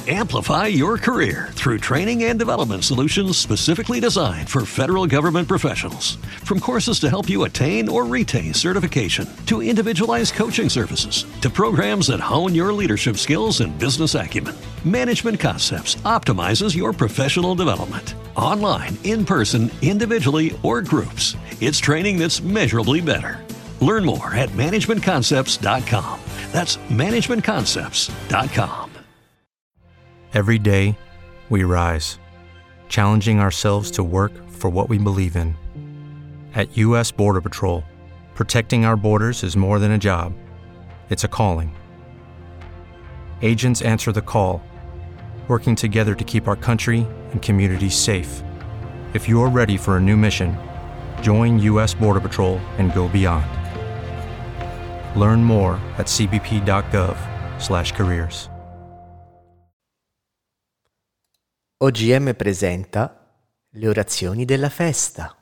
Amplify your career through training and development solutions specifically designed for federal government professionals. From courses to help you attain or retain certification, to individualized coaching services, to programs that hone your leadership skills and business acumen, Management Concepts optimizes your professional development. Online, in person, individually, or groups, it's training that's measurably better. Learn more at managementconcepts.com. That's managementconcepts.com. Every day, we rise, challenging ourselves to work for what we believe in. At U.S. Border Patrol, protecting our borders is more than a job. It's a calling. Agents answer the call, working together to keep our country and communities safe. If you're ready for a new mission, join U.S. Border Patrol and go beyond. Learn more at cbp.gov/careers. OGM presenta le orazioni della festa.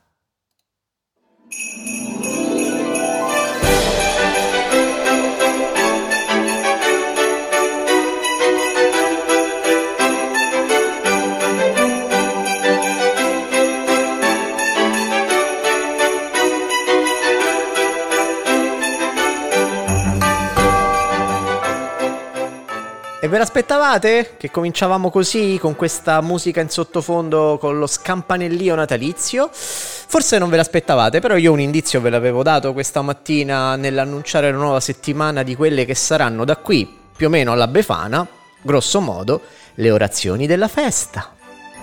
E ve l'aspettavate? Che cominciavamo così, con questa musica in sottofondo, con lo scampanellio natalizio? Forse non ve l'aspettavate, però io un indizio ve l'avevo dato questa mattina nell'annunciare la nuova settimana di quelle che saranno da qui, più o meno alla Befana, grosso modo, le orazioni della festa.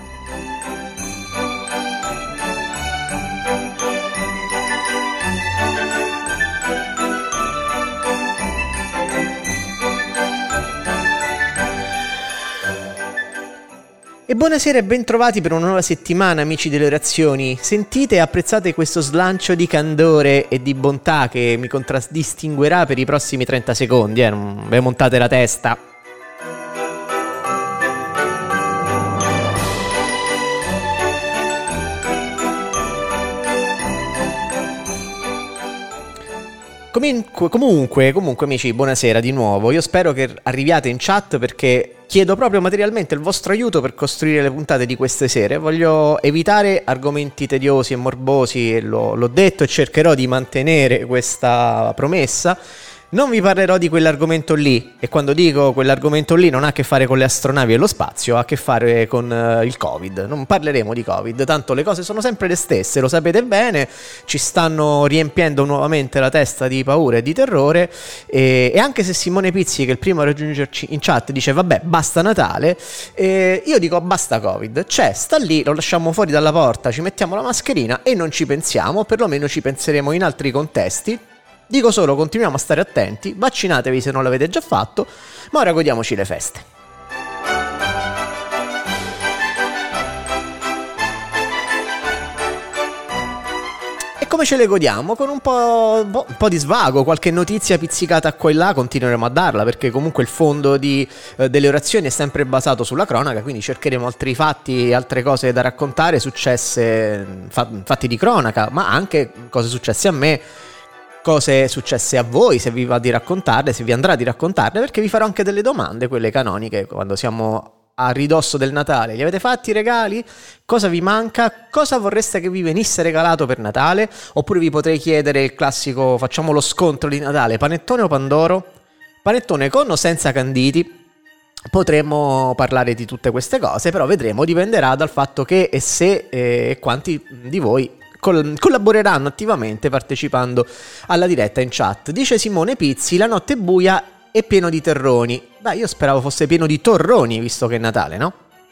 E buonasera e bentrovati per una nuova settimana, amici delle orazioni. Sentite e apprezzate questo slancio di candore e di bontà che mi contraddistinguerà per i prossimi 30 secondi, non ve montate la testa. Comunque amici, buonasera di nuovo. Io spero che arriviate in chat perché chiedo proprio materialmente il vostro aiuto per costruire le puntate di queste sere. Voglio evitare argomenti tediosi e morbosi, e l'ho detto e cercherò di mantenere questa promessa. Non vi parlerò di quell'argomento lì, e quando dico quell'argomento lì non ha a che fare con le astronavi e lo spazio, ha a che fare con il Covid. Non parleremo di Covid, tanto le cose sono sempre le stesse, lo sapete bene, ci stanno riempiendo nuovamente la testa di paura e di terrore, e anche se Simone Pizzi, che è il primo a raggiungerci in chat, dice vabbè basta Natale, io dico basta Covid, sta lì, lo lasciamo fuori dalla porta, ci mettiamo la mascherina e non ci pensiamo, perlomeno ci penseremo in altri contesti. Dico solo, continuiamo a stare attenti, vaccinatevi se non l'avete già fatto, ma ora godiamoci le feste. E come ce le godiamo? Con un po' di svago, qualche notizia pizzicata qua e là, continueremo a darla, perché comunque il fondo delle orazioni è sempre basato sulla cronaca, quindi cercheremo altri fatti, altre cose da raccontare, successe, fatti di cronaca, ma anche cose successe a me, cose successe a voi, se vi va di raccontarle, se vi andrà di raccontarle, perché vi farò anche delle domande, quelle canoniche, quando siamo a ridosso del Natale. Li avete fatti i regali? Cosa vi manca? Cosa vorreste che vi venisse regalato per Natale? Oppure vi potrei chiedere il classico, facciamo lo scontro di Natale, panettone o pandoro? Panettone con o senza canditi? Potremmo parlare di tutte queste cose, però vedremo, dipenderà dal fatto che e se e quanti di voi collaboreranno attivamente partecipando alla diretta in chat. Dice Simone Pizzi, la notte buia è pieno di terroni. Beh, io speravo fosse pieno di torroni, visto che è Natale, no?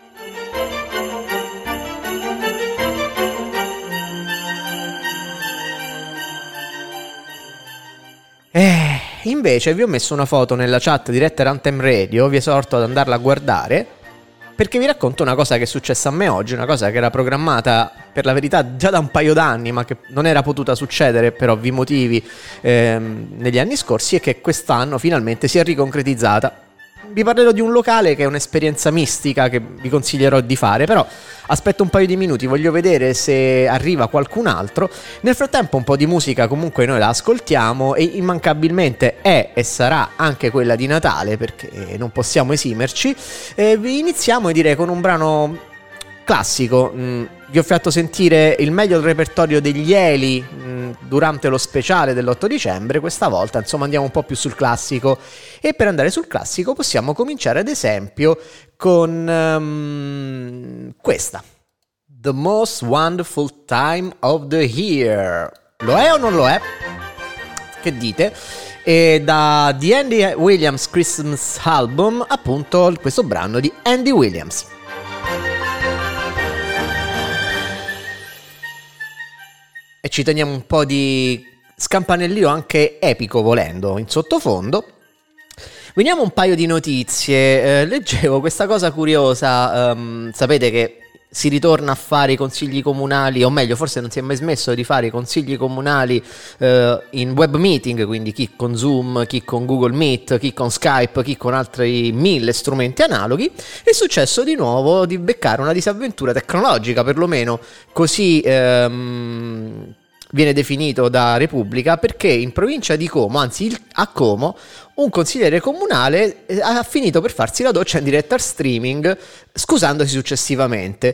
Invece vi ho messo una foto nella chat di Red Anthem Radio, vi esorto ad andarla a guardare, perché vi racconto una cosa che è successa a me oggi, una cosa che era programmata per la verità già da un paio d'anni, ma che non era potuta succedere per ovvi motivi negli anni scorsi, e che quest'anno finalmente si è riconcretizzata. vi parlerò di un locale che è un'esperienza mistica che vi consiglierò di fare, però aspetto un paio di minuti, voglio vedere se arriva qualcun altro. Nel frattempo un po' di musica comunque noi la ascoltiamo, e immancabilmente è e sarà anche quella di Natale, perché non possiamo esimerci. Iniziamo, direi, con un brano classico. Vi ho fatto sentire il meglio del repertorio degli Eli durante lo speciale dell'8 dicembre. Questa volta insomma andiamo un po' più sul classico, e per andare sul classico possiamo cominciare ad esempio con questa, The Most Wonderful Time of the Year. Lo è o non lo è? Che dite? E da The Andy Williams Christmas Album, appunto, questo brano di Andy Williams. E ci teniamo un po' di scampanellio anche epico, volendo, in sottofondo. Veniamo un paio di notizie. Leggevo questa cosa curiosa. Sapete che si ritorna a fare i consigli comunali, o meglio, forse non si è mai smesso di fare i consigli comunali in web meeting, quindi chi con Zoom, chi con Google Meet, chi con Skype, chi con altri 1000 strumenti analoghi. È successo di nuovo di beccare una disavventura tecnologica, perlomeno così viene definito da Repubblica, perché in provincia di Como, anzi a Como, un consigliere comunale ha finito per farsi la doccia in diretta streaming, scusandosi successivamente.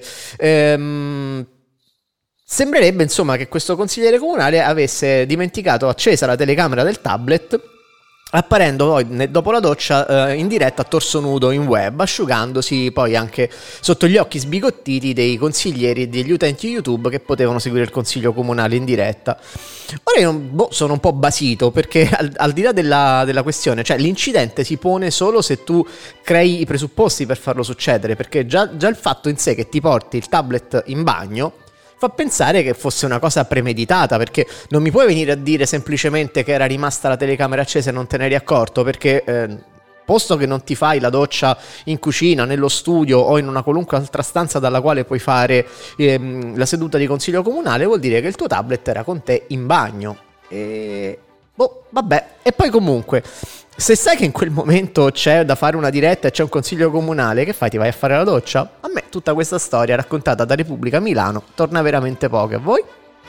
Sembrerebbe insomma che questo consigliere comunale avesse dimenticato accesa la telecamera del tablet, apparendo poi dopo la doccia in diretta a torso nudo in web, asciugandosi poi anche sotto gli occhi sbigottiti dei consiglieri e degli utenti YouTube che potevano seguire il consiglio comunale in diretta. Ora io sono un po' basito, perché al di là della questione, cioè l'incidente si pone solo se tu crei i presupposti per farlo succedere, perché già il fatto in sé che ti porti il tablet in bagno fa pensare che fosse una cosa premeditata, perché non mi puoi venire a dire semplicemente che era rimasta la telecamera accesa e non te ne eri accorto, perché posto che non ti fai la doccia in cucina, nello studio o in una qualunque altra stanza dalla quale puoi fare la seduta di consiglio comunale, vuol dire che il tuo tablet era con te in bagno. E vabbè. E poi comunque, se sai che in quel momento c'è da fare una diretta e c'è un consiglio comunale, che fai? Ti vai a fare la doccia? A me tutta questa storia raccontata da Repubblica Milano torna veramente poco. A voi?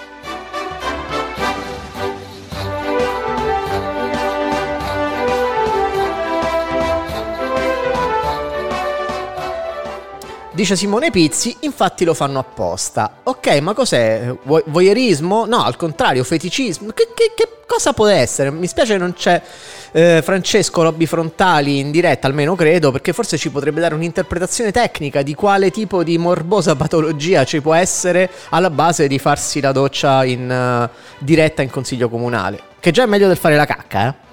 Dice Simone Pizzi, infatti lo fanno apposta. Ok, ma cos'è? Voyeurismo? No, al contrario, feticismo. Che cosa può essere? Mi spiace che non c'è Francesco Lobby Frontali in diretta, almeno credo, perché forse ci potrebbe dare un'interpretazione tecnica di quale tipo di morbosa patologia ci può essere alla base di farsi la doccia in diretta in consiglio comunale. Che già è meglio del fare la cacca, eh?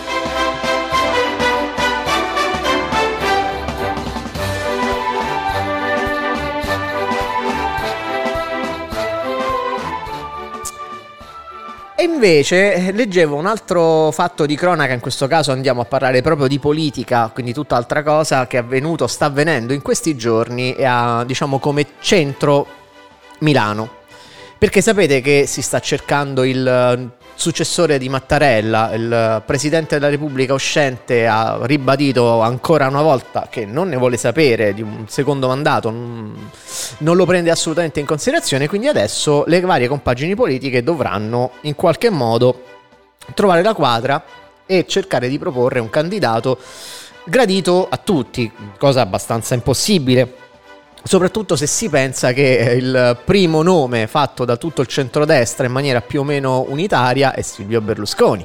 E invece leggevo un altro fatto di cronaca, in questo caso andiamo a parlare proprio di politica, quindi tutt'altra cosa, che è avvenuto, sta avvenendo in questi giorni a, diciamo, come centro Milano. Perché sapete che si sta cercando il successore di Mattarella. Il Presidente della Repubblica uscente ha ribadito ancora una volta che non ne vuole sapere di un secondo mandato, non lo prende assolutamente in considerazione, quindi adesso le varie compagini politiche dovranno in qualche modo trovare la quadra e cercare di proporre un candidato gradito a tutti, cosa abbastanza impossibile, soprattutto se si pensa che il primo nome fatto da tutto il centrodestra in maniera più o meno unitaria è Silvio Berlusconi.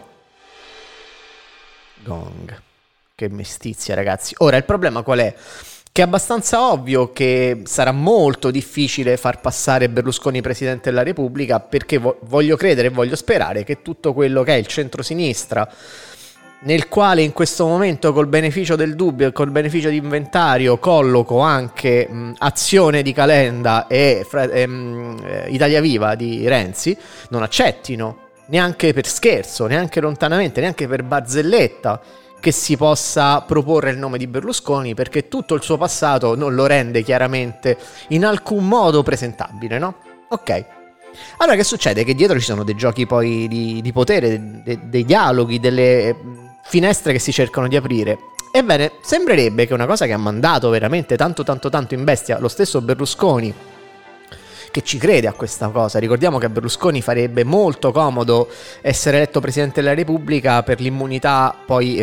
Gong. Che mestizia, ragazzi. Ora, il problema qual è? Che è abbastanza ovvio che sarà molto difficile far passare Berlusconi Presidente della Repubblica, perché voglio credere e voglio sperare che tutto quello che è il centrosinistra, nel quale in questo momento, col beneficio del dubbio e col beneficio di inventario, colloco anche Azione di Calenda e Italia Viva di Renzi, non accettino neanche per scherzo, neanche lontanamente, neanche per barzelletta che si possa proporre il nome di Berlusconi, perché tutto il suo passato non lo rende chiaramente in alcun modo presentabile, no? Ok. Allora che succede? Che dietro ci sono dei giochi poi di potere, dei dialoghi, delle finestre che si cercano di aprire, Ebbene, sembrerebbe che una cosa che ha mandato veramente tanto in bestia lo stesso Berlusconi, che ci crede a questa cosa. Ricordiamo che a Berlusconi farebbe molto comodo essere eletto Presidente della Repubblica per l'immunità poi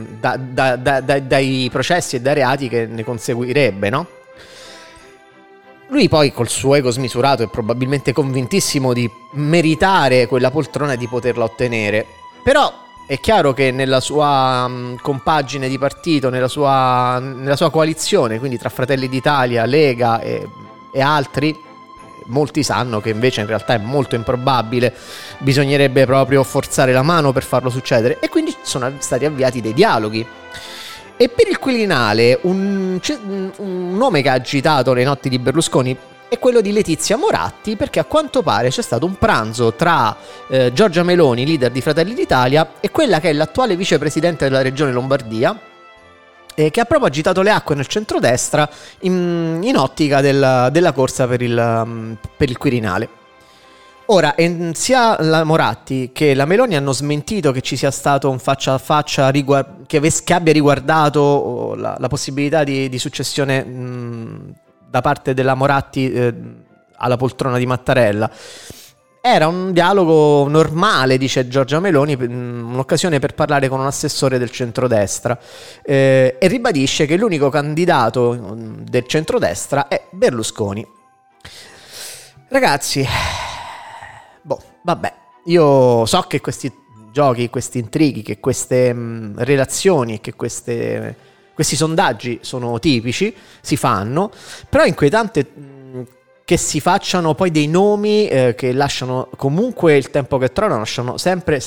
dai processi e dai reati che ne conseguirebbe, no? Lui poi col suo ego smisurato è probabilmente convintissimo di meritare quella poltrona e di poterla ottenere, però è chiaro che nella sua compagine di partito, nella sua coalizione, quindi tra Fratelli d'Italia, Lega e altri, molti sanno che invece in realtà è molto improbabile, bisognerebbe proprio forzare la mano per farlo succedere, e quindi sono stati avviati dei dialoghi. E per il Quirinale un nome che ha agitato le notti di Berlusconi è quello di Letizia Moratti, perché a quanto pare c'è stato un pranzo tra Giorgia Meloni, leader di Fratelli d'Italia, e quella che è l'attuale vicepresidente della regione Lombardia, che ha proprio agitato le acque nel centrodestra in ottica della corsa per il Quirinale. Ora, sia la Moratti che la Meloni hanno smentito che ci sia stato un faccia a faccia che abbia riguardato la possibilità di successione da parte della Moratti alla poltrona di Mattarella. Era un dialogo normale, dice Giorgia Meloni, un'occasione per parlare con un assessore del centrodestra, e ribadisce che l'unico candidato del centrodestra è Berlusconi. Ragazzi, vabbè, io so che questi giochi, questi intrighi, che queste relazioni, che questi sondaggi sono tipici, si fanno, però è inquietante che si facciano poi dei nomi che lasciano comunque il tempo che trovano, lasciano sempre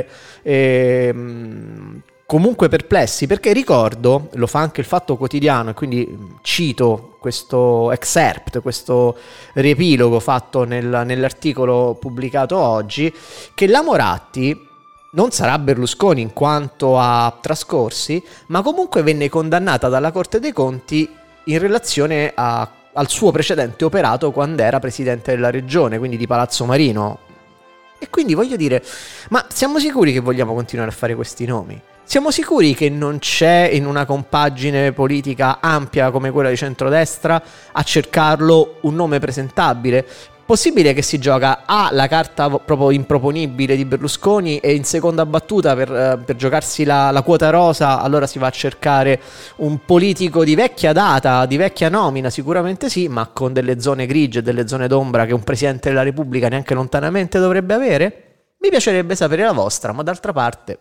comunque perplessi, perché ricordo, lo fa anche il Fatto Quotidiano, e quindi cito questo excerpt, questo riepilogo fatto nell'articolo pubblicato oggi, che la Moratti non sarà Berlusconi in quanto a trascorsi, ma comunque venne condannata dalla Corte dei Conti in relazione al suo precedente operato quando era presidente della regione, quindi di Palazzo Marino. E quindi voglio dire, ma siamo sicuri che vogliamo continuare a fare questi nomi? Siamo sicuri che non c'è in una compagine politica ampia come quella di centrodestra a cercarlo un nome presentabile? Possibile che si gioca la carta proprio improponibile di Berlusconi, e in seconda battuta per giocarsi la quota rosa allora si va a cercare un politico di vecchia data, di vecchia nomina? Sicuramente sì, ma con delle zone grigie, delle zone d'ombra che un Presidente della Repubblica neanche lontanamente dovrebbe avere? Mi piacerebbe sapere la vostra, ma d'altra parte...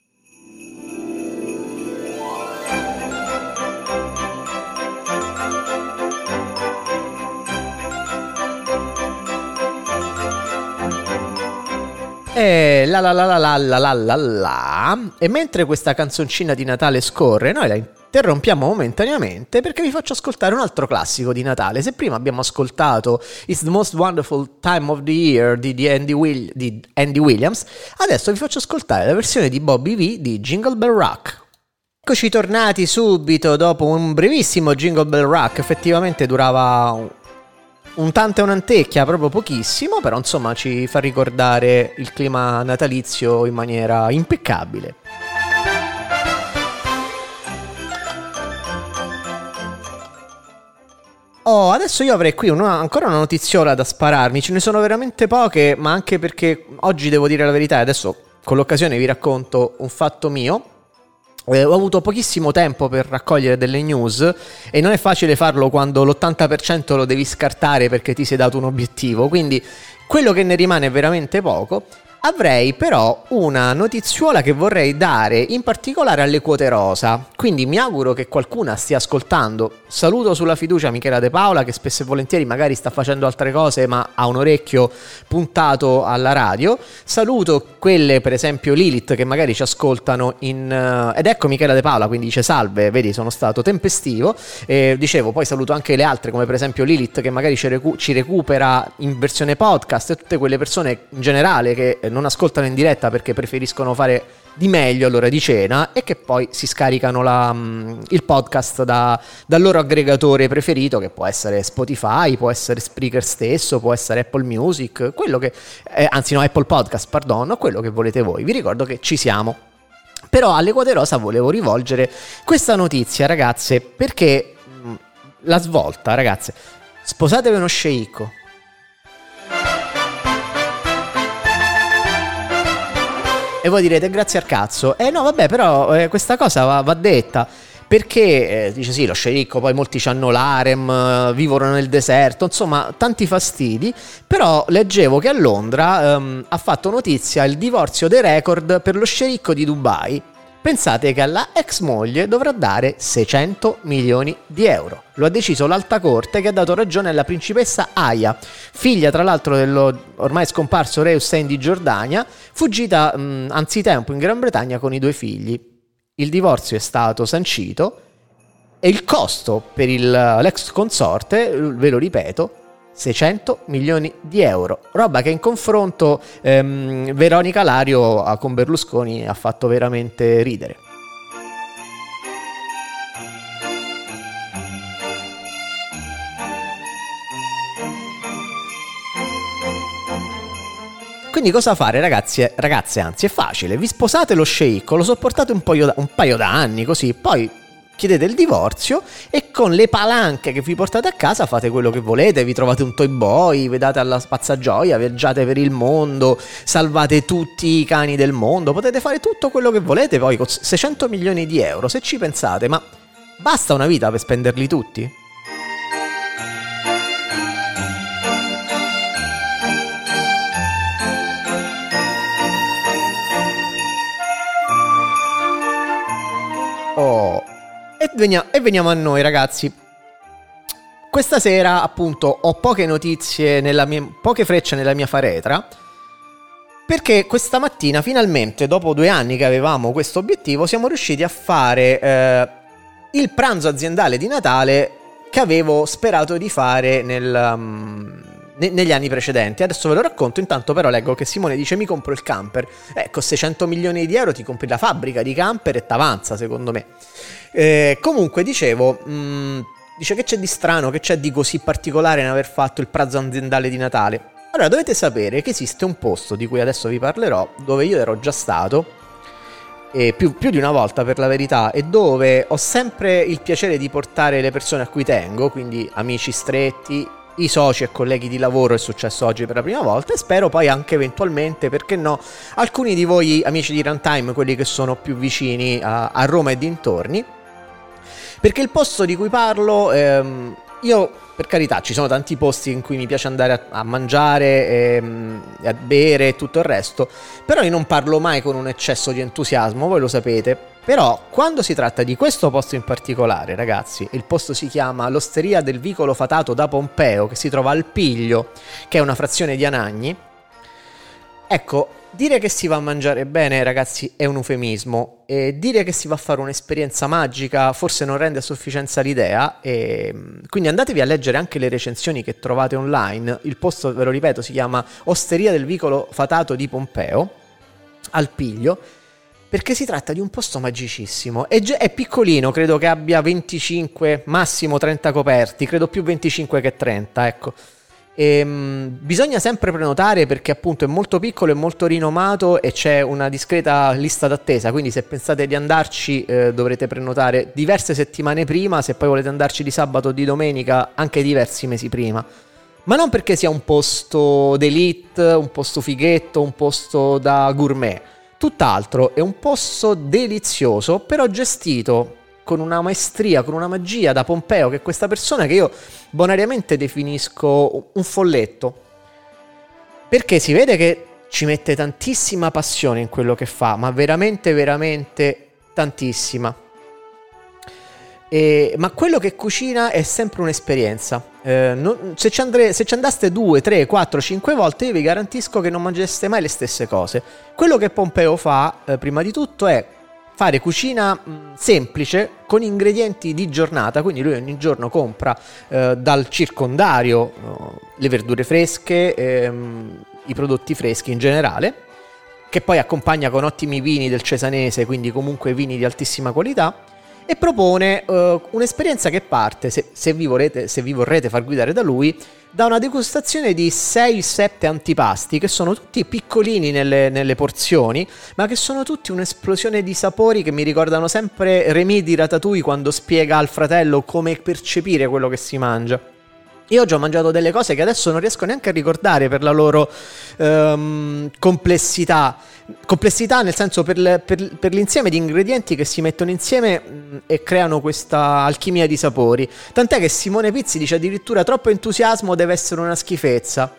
E e mentre questa canzoncina di Natale scorre, noi la interrompiamo momentaneamente perché vi faccio ascoltare un altro classico di Natale. Se prima abbiamo ascoltato It's the Most Wonderful Time of the Year di Andy Williams, adesso vi faccio ascoltare la versione di Bobby V di Jingle Bell Rock. Eccoci tornati subito dopo un brevissimo Jingle Bell Rock. Effettivamente durava un tanto e un'antecchia, proprio pochissimo, però insomma ci fa ricordare il clima natalizio in maniera impeccabile. Adesso io avrei qui ancora una notiziola da spararmi. Ce ne sono veramente poche, ma anche perché oggi devo dire la verità, adesso con l'occasione vi racconto un fatto mio. Ho avuto pochissimo tempo per raccogliere delle news, e non è facile farlo quando l'80% lo devi scartare perché ti sei dato un obiettivo, quindi quello che ne rimane è veramente poco. Avrei però una notiziuola che vorrei dare in particolare alle quote rosa, quindi mi auguro che qualcuna stia ascoltando. Saluto sulla fiducia Michela De Paola, che spesso e volentieri magari sta facendo altre cose ma ha un orecchio puntato alla radio. Saluto quelle, per esempio Lilith, che magari ci ascoltano ed ecco Michela De Paola, quindi dice salve, vedi sono stato tempestivo. Dicevo, poi saluto anche le altre come per esempio Lilith, che magari ci recupera in versione podcast, e tutte quelle persone in generale che non ascoltano in diretta perché preferiscono fare di meglio all'ora di cena e che poi si scaricano il podcast dal loro aggregatore preferito, che può essere Spotify, può essere Spreaker stesso, può essere Apple Music, quello che Apple Podcast, perdono, quello che volete voi. Vi ricordo che ci siamo. Però alle quote rosa volevo rivolgere questa notizia, ragazze, perché la svolta, ragazze, sposatevi uno sceicco. E voi direte grazie al cazzo. No vabbè, però questa cosa va detta, perché dice sì, lo sceicco, poi molti c'hanno l'harem, vivono nel deserto, insomma tanti fastidi. Però leggevo che a Londra ha fatto notizia il divorzio dei record per lo sceicco di Dubai. Pensate che alla ex moglie dovrà dare 600 milioni di euro. Lo ha deciso l'Alta Corte, che ha dato ragione alla principessa Aya, figlia tra l'altro dello ormai scomparso re Hussein di Giordania, fuggita anzitempo in Gran Bretagna con i 2 figli. Il divorzio è stato sancito e il costo per l'ex consorte, ve lo ripeto, 600 milioni di euro, roba che in confronto Veronica Lario con Berlusconi ha fatto veramente ridere. Quindi cosa fare, ragazze, anzi è facile, vi sposate lo sceicco, lo sopportate un paio d'anni così, poi chiedete il divorzio e con le palanche che vi portate a casa fate quello che volete, vi trovate un toy boy, vedate alla spazzagioia, viaggiate per il mondo, salvate tutti i cani del mondo, potete fare tutto quello che volete poi con 600 milioni di euro, se ci pensate, ma basta una vita per spenderli tutti? Oh, e veniamo a noi, ragazzi. Questa sera appunto ho poche notizie poche frecce nella mia faretra, perché questa mattina finalmente, dopo 2 anni che avevamo questo obiettivo, siamo riusciti a fare il pranzo aziendale di Natale che avevo sperato di fare negli anni precedenti. Adesso ve lo racconto, intanto però leggo che Simone dice mi compro il camper. Con 600 milioni di euro ti compri la fabbrica di camper e t'avanza, secondo me. Comunque dicevo, dice che c'è di strano, che c'è di così particolare nell'aver fatto il pranzo aziendale di Natale. Allora dovete sapere che esiste un posto di cui adesso vi parlerò, dove io ero già stato più di una volta per la verità, e dove ho sempre il piacere di portare le persone a cui tengo, quindi amici stretti, i soci e colleghi di lavoro. È successo oggi per la prima volta e spero poi anche eventualmente, perché no, alcuni di voi amici di Runtime, quelli che sono più vicini a Roma e dintorni, perché il posto di cui parlo, io per carità ci sono tanti posti in cui mi piace andare a mangiare, a bere e tutto il resto, però io non parlo mai con un eccesso di entusiasmo, voi lo sapete. Però quando si tratta di questo posto in particolare, ragazzi, il posto si chiama l'Osteria del Vicolo Fatato da Pompeo, che si trova al Piglio, che è una frazione di Anagni. Ecco, dire che si va a mangiare bene, ragazzi, è un eufemismo, e dire che si va a fare un'esperienza magica forse non rende a sufficienza l'idea, e quindi andatevi a leggere anche le recensioni che trovate online. Il posto, ve lo ripeto, si chiama Osteria del Vicolo Fatato di Pompeo, al Piglio, perché si tratta di un posto magicissimo. È piccolino, credo che abbia 25, massimo 30 coperti, credo più 25 che 30, ecco. Bisogna sempre prenotare, perché appunto è molto piccolo e molto rinomato e c'è una discreta lista d'attesa, quindi se pensate di andarci dovrete prenotare diverse settimane prima, se poi volete andarci di sabato o di domenica anche diversi mesi prima. Ma non perché sia un posto d'élite, un posto fighetto, un posto da gourmet. Tutt'altro, è un posto delizioso, però gestito con una maestria, con una magia da Pompeo, che è questa persona che io bonariamente definisco un folletto, perché si vede che ci mette tantissima passione in quello che fa, ma veramente, veramente tantissima. Ma quello che cucina è sempre un'esperienza. Se ci andaste 2, 3, 4, 5 volte, io vi garantisco che non mangereste mai le stesse cose. Quello che Pompeo fa, prima di tutto, è fare cucina semplice con ingredienti di giornata. Quindi lui ogni giorno compra dal circondario le verdure fresche, i prodotti freschi in generale, che poi accompagna con ottimi vini del Cesanese, quindi comunque vini di altissima qualità. E propone un'esperienza che parte, se vi vorrete far guidare da lui, da una degustazione di 6-7 antipasti che sono tutti piccolini nelle porzioni, ma che sono tutti un'esplosione di sapori che mi ricordano sempre Rémi di Ratatouille quando spiega al fratello come percepire quello che si mangia. Io oggi ho mangiato delle cose che adesso non riesco neanche a ricordare per la loro complessità nel senso per l'insieme di ingredienti che si mettono insieme e creano questa alchimia di sapori. Tant'è che Simone Pizzi dice addirittura troppo entusiasmo deve essere una schifezza.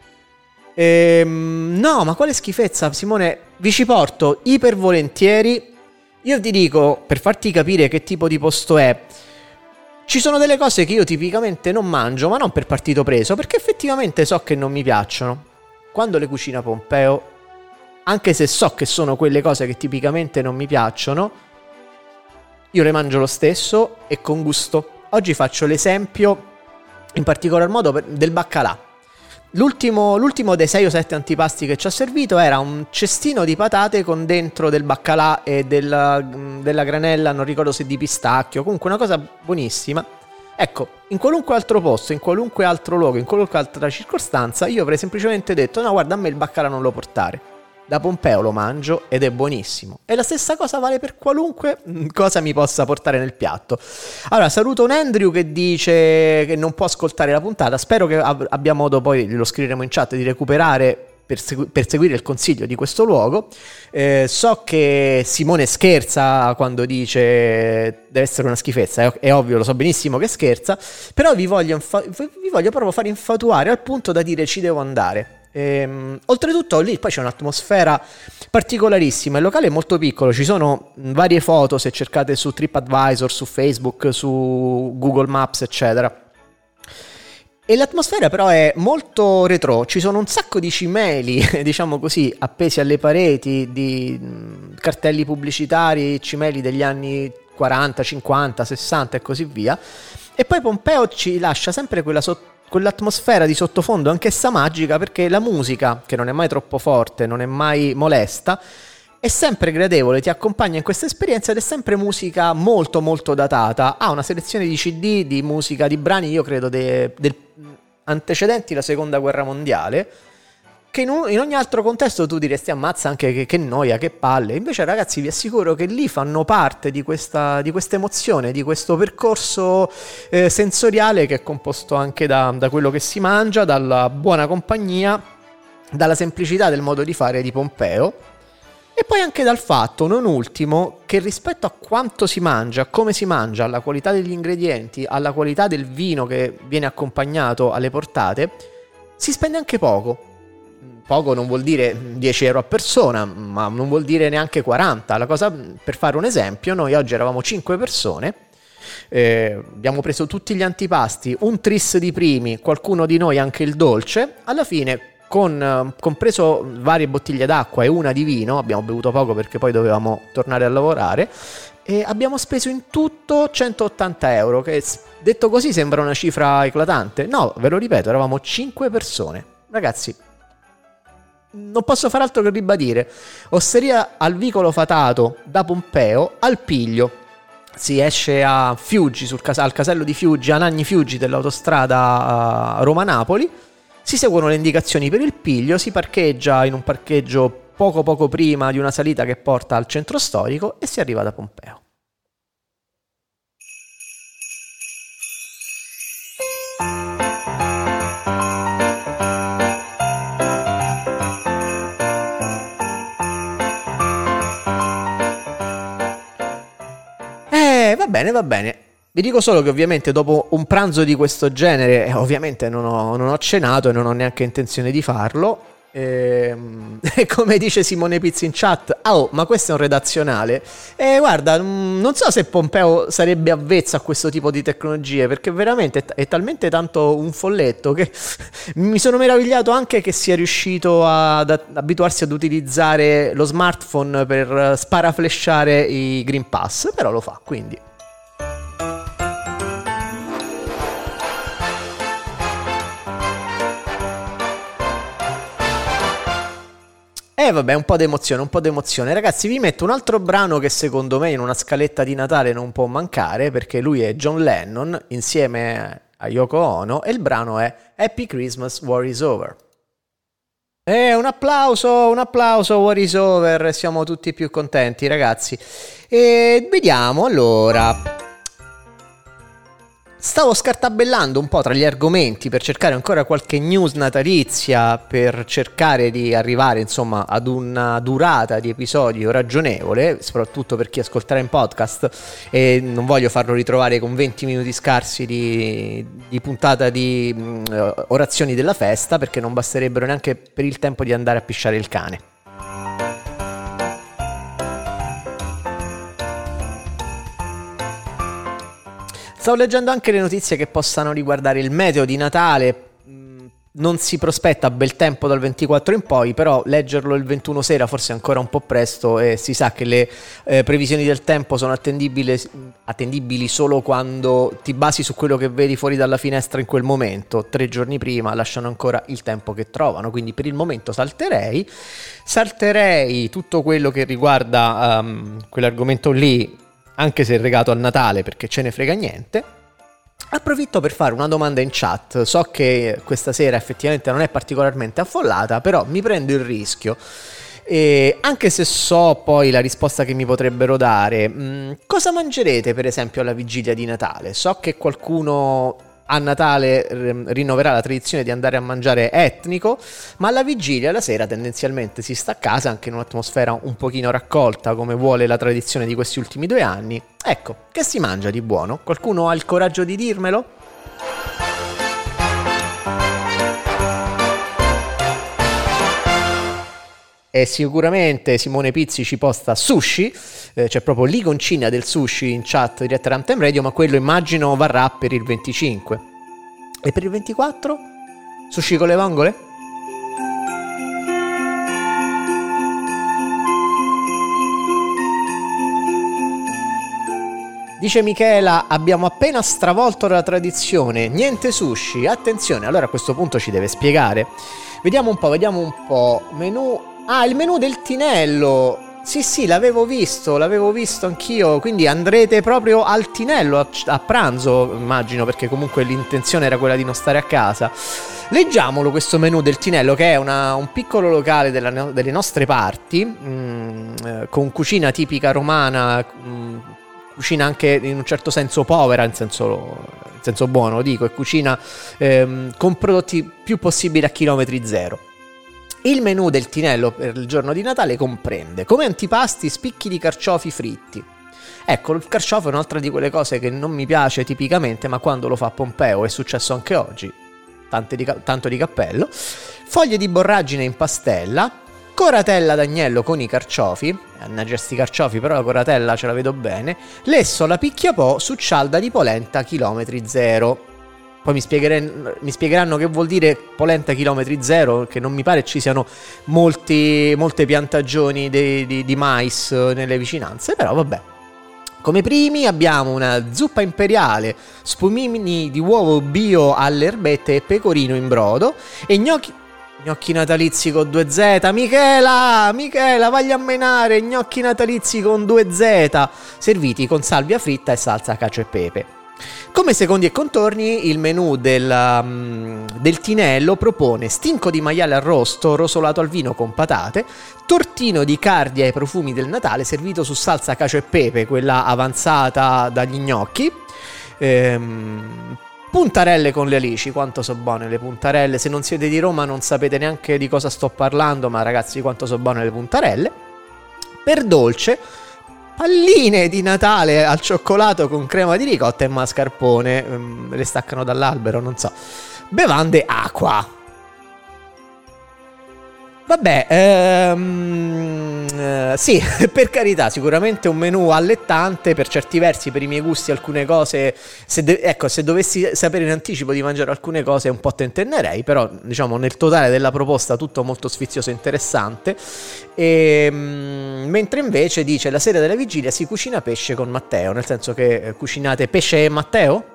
No, ma quale schifezza, Simone? Vi ci porto ipervolentieri. Io ti dico, per farti capire che tipo di posto è, ci sono delle cose che io tipicamente non mangio, ma non per partito preso, perché effettivamente so che non mi piacciono. Quando le cucina Pompeo, anche se so che sono quelle cose che tipicamente non mi piacciono, io le mangio lo stesso e con gusto. Oggi faccio l'esempio, in particolar modo, del baccalà. L'ultimo dei 6 o 7 antipasti che ci ha servito era un cestino di patate con dentro del baccalà e della granella, non ricordo se di pistacchio, comunque una cosa buonissima. Ecco, in qualunque altro posto, in qualunque altro luogo, in qualunque altra circostanza, io avrei semplicemente detto no, guarda, a me il baccalà non lo portare. Da Pompeo lo mangio ed è buonissimo. E la stessa cosa vale per qualunque cosa mi possa portare nel piatto. Allora, saluto un Andrew che dice che non può ascoltare la puntata. Spero che abbia modo, poi lo scriveremo in chat, di recuperare per seguire il consiglio di questo luogo. So che Simone scherza quando dice deve essere una schifezza. È ovvio, lo so benissimo che scherza. Però vi voglio proprio fare infatuare al punto da dire ci devo andare. Oltretutto lì poi c'è un'atmosfera particolarissima, il locale è molto piccolo, ci sono varie foto se cercate su TripAdvisor, su Facebook, su Google Maps eccetera, e l'atmosfera però è molto retro, ci sono un sacco di cimeli diciamo così appesi alle pareti, di cartelli pubblicitari, cimeli degli anni 40, 50, 60 e così via, e poi Pompeo ci lascia sempre quell'atmosfera di sottofondo anch'essa magica, perché la musica, che non è mai troppo forte, non è mai molesta, è sempre gradevole, ti accompagna in questa esperienza ed è sempre musica molto molto datata. Ha una selezione di CD, di musica, di brani, io credo, antecedenti la seconda guerra mondiale, che in ogni altro contesto tu diresti ammazza, anche che noia, che palle. Invece ragazzi vi assicuro che lì fanno parte di questa emozione, di questo percorso sensoriale che è composto anche da quello che si mangia, dalla buona compagnia, dalla semplicità del modo di fare di Pompeo e poi anche dal fatto, non ultimo, che rispetto a quanto si mangia, a come si mangia, alla qualità degli ingredienti, alla qualità del vino che viene accompagnato alle portate, si spende anche poco. Poco non vuol dire 10 euro a persona, ma non vuol dire neanche 40. La cosa, per fare un esempio, noi oggi eravamo 5 persone, abbiamo preso tutti gli antipasti, un tris di primi, qualcuno di noi anche il dolce. Alla fine, compreso varie bottiglie d'acqua e una di vino, abbiamo bevuto poco perché poi dovevamo tornare a lavorare, e abbiamo speso in tutto 180 euro, che detto così sembra una cifra eclatante. No, ve lo ripeto, eravamo 5 persone. Ragazzi, non posso far altro che ribadire: osteria al vicolo Fatato da Pompeo al piglio. Si esce a Fiuggi, al casello di Fiuggi, a Nagni Fiuggi dell'autostrada Roma-Napoli, si seguono le indicazioni per il piglio, si parcheggia in un parcheggio poco prima di una salita che porta al centro storico e si arriva da Pompeo. Va bene. Vi dico solo che ovviamente dopo un pranzo di questo genere, ovviamente non ho cenato e non ho neanche intenzione di farlo. E come dice Simone Pizzi in chat, ma questo è un redazionale. Guarda, non so se Pompeo sarebbe avvezzo a questo tipo di tecnologie, perché veramente è talmente tanto un folletto che mi sono meravigliato anche che sia riuscito ad abituarsi ad utilizzare lo smartphone per sparaflesciare i Green Pass, però lo fa, quindi. Vabbè, un po' d'emozione. Ragazzi, vi metto un altro brano che secondo me in una scaletta di Natale non può mancare, perché lui è John Lennon insieme a Yoko Ono, e il brano è Happy Christmas, War is Over. Un applauso, War is Over, siamo tutti più contenti, ragazzi. E vediamo, allora, stavo scartabellando un po' tra gli argomenti per cercare ancora qualche news natalizia, per cercare di arrivare, insomma, ad una durata di episodio ragionevole, soprattutto per chi ascolterà in podcast, e non voglio farlo ritrovare con 20 minuti scarsi di puntata di orazioni della festa, perché non basterebbero neanche per il tempo di andare a pisciare il cane. Stavo leggendo anche le notizie che possano riguardare il meteo di Natale. Non si prospetta bel tempo dal 24 in poi, però leggerlo il 21 sera forse è ancora un po' presto, e si sa che le previsioni del tempo sono attendibili solo quando ti basi su quello che vedi fuori dalla finestra in quel momento. 3 giorni prima lasciano ancora il tempo che trovano, quindi per il momento salterei tutto quello che riguarda quell'argomento lì, anche se è legato al Natale, perché ce ne frega niente. Approfitto per fare una domanda in chat. So che questa sera effettivamente non è particolarmente affollata, però mi prendo il rischio, e anche se so poi la risposta che mi potrebbero dare. Cosa mangerete per esempio alla vigilia di Natale? So che qualcuno a Natale rinnoverà la tradizione di andare a mangiare etnico, ma alla vigilia, la sera, tendenzialmente si sta a casa, anche in un'atmosfera un pochino raccolta, come vuole la tradizione di questi ultimi 2 anni. Ecco, che si mangia di buono? Qualcuno ha il coraggio di dirmelo? E sicuramente Simone Pizzi ci posta sushi, c'è proprio l'iconcina del sushi in chat diretta Runtime Radio, ma quello immagino varrà per il 25. E per il 24? Sushi con le vongole? Dice Michela, abbiamo appena stravolto la tradizione, niente sushi, attenzione, allora a questo punto ci deve spiegare. Vediamo un po', menù. Ah, il menù del Tinello. Sì, l'avevo visto anch'io, quindi andrete proprio al Tinello a pranzo, immagino, perché comunque l'intenzione era quella di non stare a casa. Leggiamolo questo menù del Tinello, che è un piccolo locale delle nostre parti, con cucina tipica romana, cucina anche in un certo senso povera, in senso buono, dico, e cucina con prodotti più possibili a chilometri zero. Il menù del Tinello per il giorno di Natale comprende come antipasti spicchi di carciofi fritti. Ecco, il carciofo è un'altra di quelle cose che non mi piace tipicamente, ma quando lo fa Pompeo, è successo anche oggi, tanto di cappello. Foglie di borragine in pastella, coratella d'agnello con i carciofi, annaggia sti carciofi, però la coratella ce la vedo bene, lesso alla picchiapò su cialda di polenta chilometri zero. Poi mi spiegheranno che vuol dire polenta chilometri zero, che non mi pare ci siano molte piantagioni di mais nelle vicinanze, però vabbè. Come primi abbiamo una zuppa imperiale, spumini di uovo bio alle erbette e pecorino in brodo, e gnocchi natalizi con 2Z. Michela, vai a menare, gnocchi natalizi con 2Z, serviti con salvia fritta e salsa cacio e pepe. Come secondi e contorni, il menù del Tinello propone stinco di maiale arrosto rosolato al vino con patate, tortino di cardia ai profumi del Natale servito su salsa cacio e pepe, quella avanzata dagli gnocchi, puntarelle con le alici. Quanto so buone le puntarelle, se non siete di Roma non sapete neanche di cosa sto parlando, ma ragazzi, quanto so buone le puntarelle. Per dolce, palline di Natale al cioccolato con crema di ricotta e mascarpone, le staccano dall'albero, non so. Bevande, acqua. Vabbè, sì, per carità, sicuramente un menù allettante, per certi versi, per i miei gusti, alcune cose, se dovessi sapere in anticipo di mangiare alcune cose un po' tentennerei, però diciamo nel totale della proposta tutto molto sfizioso e interessante. Mentre invece dice la sera della vigilia si cucina pesce con Matteo, nel senso che cucinate pesce e Matteo?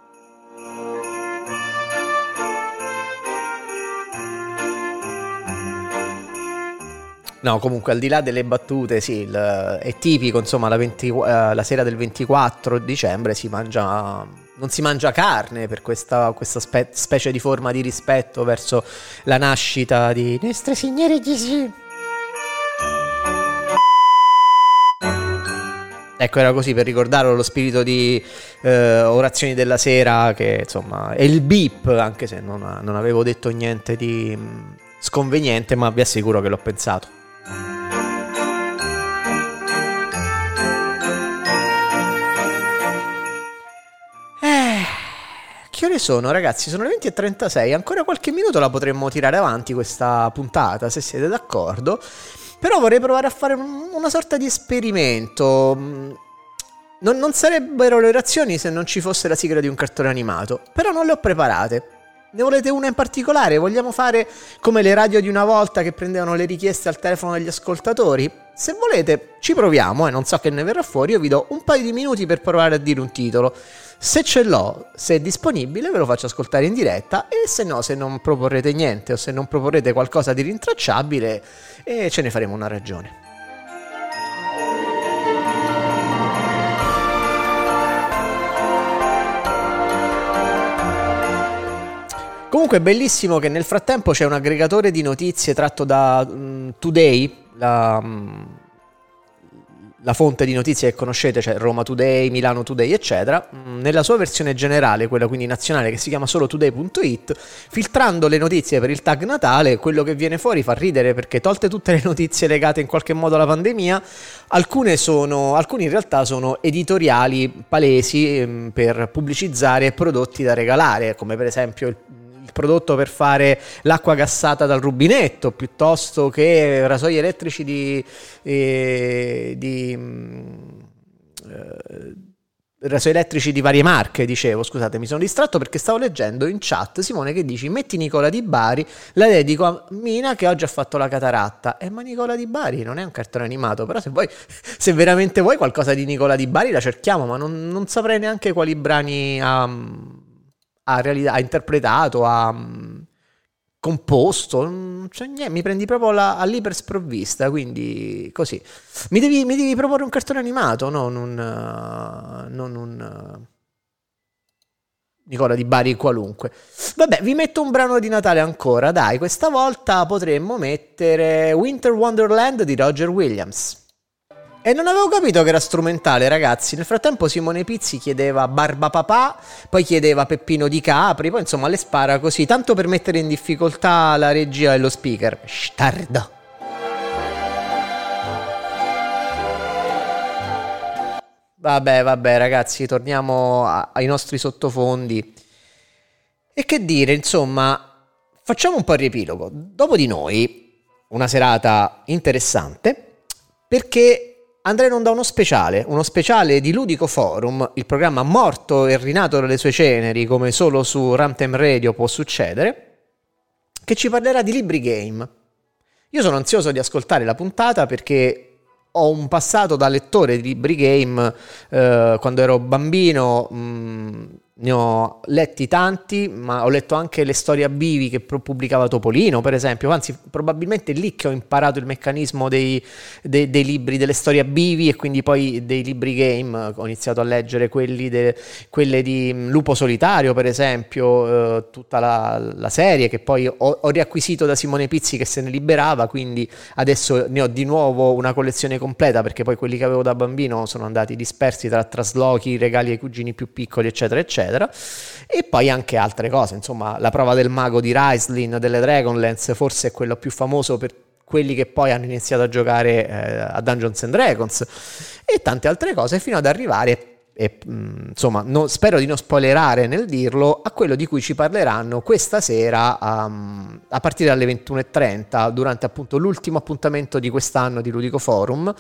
No, comunque al di là delle battute, sì, è tipico, insomma, la sera del 24 dicembre si mangia non si mangia carne per questa specie di forma di rispetto verso la nascita di Nostra Signora Gesù. Ecco, era così per ricordarlo, lo spirito di orazioni della sera, che insomma è il beep, anche se non avevo detto niente di sconveniente, ma vi assicuro che l'ho pensato. Che ore sono, ragazzi? Sono le 20:36, ancora qualche minuto la potremmo tirare avanti questa puntata, se siete d'accordo. Però vorrei provare a fare una sorta di esperimento. Non sarebbero le orazioni se non ci fosse la sigla di un cartone animato, però non le ho preparate. Ne volete una in particolare? Vogliamo fare come le radio di una volta che prendevano le richieste al telefono degli ascoltatori? Se volete ci proviamo, non so che ne verrà fuori, io vi do un paio di minuti per provare a dire un titolo. Se ce l'ho, se è disponibile, ve lo faccio ascoltare in diretta, e se no, se non proporrete niente o se non proporrete qualcosa di rintracciabile, ce ne faremo una ragione. Comunque è bellissimo che nel frattempo c'è un aggregatore di notizie tratto da Today, la fonte di notizie che conoscete, cioè Roma Today, Milano Today, eccetera, nella sua versione generale, quella quindi nazionale, che si chiama solo today.it, filtrando le notizie per il tag Natale, quello che viene fuori fa ridere, perché tolte tutte le notizie legate in qualche modo alla pandemia, alcuni in realtà sono editoriali palesi per pubblicizzare prodotti da regalare, come per esempio il prodotto per fare l'acqua gassata dal rubinetto, piuttosto che rasoi elettrici rasoi elettrici di varie marche. Dicevo, scusate, mi sono distratto perché stavo leggendo in chat Simone che dici: metti Nicola Di Bari, la dedico a Mina che oggi ha fatto la cataratta. Ma Nicola Di Bari non è un cartone animato, però se veramente vuoi qualcosa di Nicola Di Bari la cerchiamo, ma non saprei neanche quali brani ha interpretato, ha composto, cioè, mi prendi proprio all'iper sprovvista, quindi così. Mi devi proporre un cartone animato, non un Nicola Di Bari qualunque. Vabbè, vi metto un brano di Natale ancora, dai, questa volta potremmo mettere Winter Wonderland di Roger Williams. E non avevo capito che era strumentale, ragazzi. Nel frattempo Simone Pizzi chiedeva Barbapapà, poi chiedeva Peppino Di Capri, poi insomma le spara così, tanto per mettere in difficoltà la regia e lo speaker. Stardo. Vabbè ragazzi, torniamo ai nostri sottofondi. E che dire, insomma, facciamo un po' il riepilogo. Dopo di noi, una serata interessante, perché andrà in onda uno speciale di Ludico Forum, il programma morto e rinato dalle sue ceneri, come solo su Runtime Radio può succedere, che ci parlerà di libri game. Io sono ansioso di ascoltare la puntata perché ho un passato da lettore di libri game, quando ero bambino. Ne ho letti tanti, ma ho letto anche le storie a bivi che pubblicava Topolino, per esempio. Anzi, probabilmente è lì che ho imparato il meccanismo dei libri, delle storie a bivi, e quindi poi dei libri game. Ho iniziato a leggere quelle di Lupo Solitario, per esempio, tutta la serie, che poi ho riacquisito da Simone Pizzi che se ne liberava, quindi adesso ne ho di nuovo una collezione completa, perché poi quelli che avevo da bambino sono andati dispersi tra traslochi, regali ai cugini più piccoli, eccetera eccetera. E poi anche altre cose, insomma, La prova del mago di Raistlin delle Dragonlance forse è quello più famoso per quelli che poi hanno iniziato a giocare a Dungeons and Dragons, e tante altre cose, fino ad arrivare, insomma, spero di non spoilerare nel dirlo, a quello di cui ci parleranno questa sera a partire dalle 21:30 durante appunto l'ultimo appuntamento di quest'anno di Ludico Forum.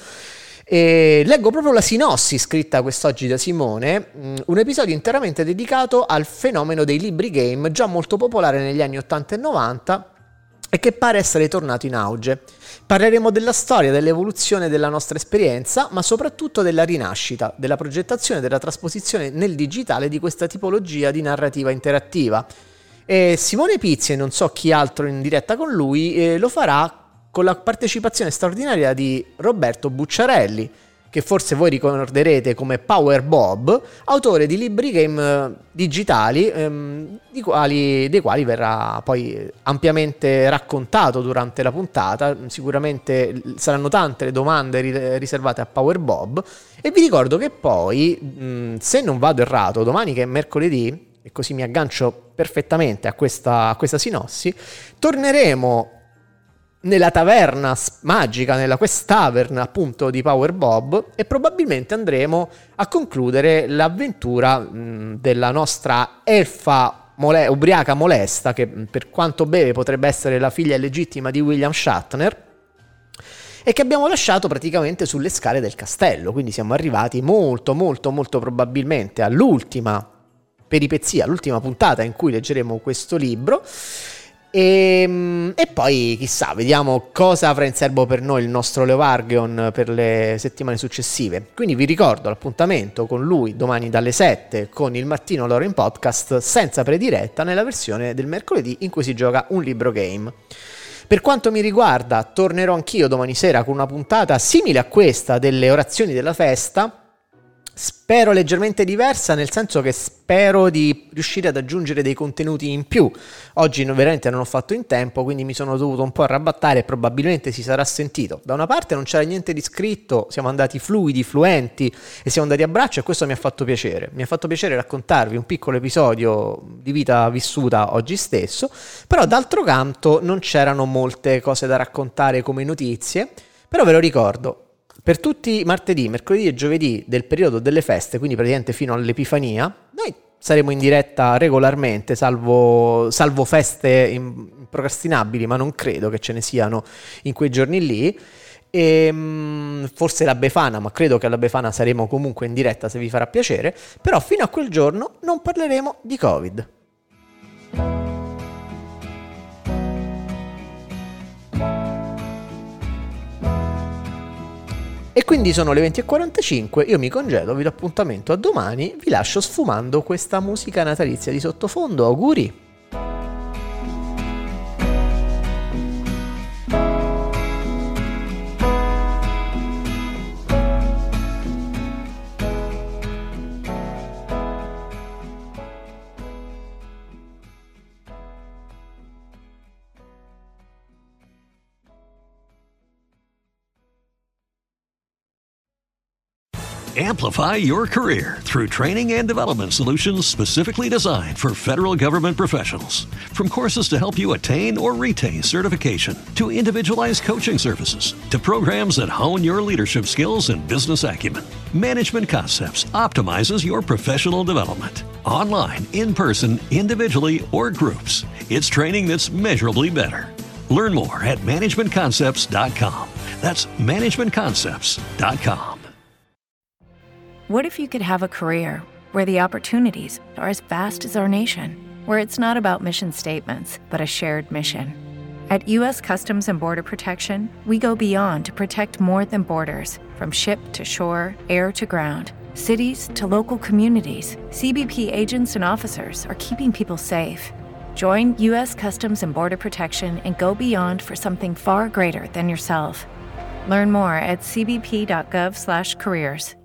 E leggo proprio la sinossi scritta quest'oggi da Simone, un episodio interamente dedicato al fenomeno dei libri game, già molto popolare negli anni 80 e 90 e che pare essere tornato in auge. Parleremo della storia, dell'evoluzione della nostra esperienza, ma soprattutto della rinascita, della progettazione e della trasposizione nel digitale di questa tipologia di narrativa interattiva. E Simone Pizzi, e non so chi altro in diretta con lui, lo farà con la partecipazione straordinaria di Roberto Bucciarelli, che forse voi ricorderete come Power Bob, autore di libri game digitali, dei quali verrà poi ampiamente raccontato durante la puntata. Sicuramente saranno tante le domande riservate a Power Bob, e vi ricordo che poi, se non vado errato, domani che è mercoledì, e così mi aggancio perfettamente a questa sinossi, torneremo nella taverna magica, nella Quest Tavern appunto di Power Bob, e probabilmente andremo a concludere l'avventura della nostra elfa ubriaca molesta, che per quanto beve potrebbe essere la figlia illegittima di William Shatner, e che abbiamo lasciato praticamente sulle scale del castello. Quindi siamo arrivati molto probabilmente all'ultima peripezia, l'ultima puntata in cui leggeremo questo libro. E poi chissà, vediamo cosa avrà in serbo per noi il nostro Leovargeon per le settimane successive. Quindi vi ricordo l'appuntamento con lui domani dalle 7 con il Mattino Lore in podcast, senza prediretta, nella versione del mercoledì in cui si gioca un libro game. Per quanto mi riguarda, tornerò anch'io domani sera con una puntata simile a questa delle orazioni della festa. Spero leggermente diversa, nel senso che spero di riuscire ad aggiungere dei contenuti in più. Oggi veramente non ho fatto in tempo, quindi mi sono dovuto un po' arrabattare e probabilmente si sarà sentito. Da una parte non c'era niente di scritto, siamo andati fluidi, fluenti e siamo andati a braccio, e questo mi ha fatto piacere. Mi ha fatto piacere raccontarvi un piccolo episodio di vita vissuta oggi stesso, però d'altro canto non c'erano molte cose da raccontare come notizie, però ve lo ricordo. Per tutti i martedì, mercoledì e giovedì del periodo delle feste, quindi praticamente fino all'Epifania, noi saremo in diretta regolarmente, salvo feste improcrastinabili, ma non credo che ce ne siano in quei giorni lì. E forse la Befana, ma credo che alla Befana saremo comunque in diretta se vi farà piacere. Però fino a quel giorno non parleremo di Covid. E quindi sono le 20:45, io mi congedo, vi do appuntamento a domani, vi lascio sfumando questa musica natalizia di sottofondo. Auguri! Amplify your career through training and development solutions specifically designed for federal government professionals. From courses to help you attain or retain certification, to individualized coaching services, to programs that hone your leadership skills and business acumen, Management Concepts optimizes your professional development. Online, in person, individually, or groups, it's training that's measurably better. Learn more at managementconcepts.com. That's managementconcepts.com. What if you could have a career where the opportunities are as vast as our nation, where it's not about mission statements, but a shared mission? At U.S. Customs and Border Protection, we go beyond to protect more than borders. From ship to shore, air to ground, cities to local communities, CBP agents and officers are keeping people safe. Join U.S. Customs and Border Protection and go beyond for something far greater than yourself. Learn more at cbp.gov/careers.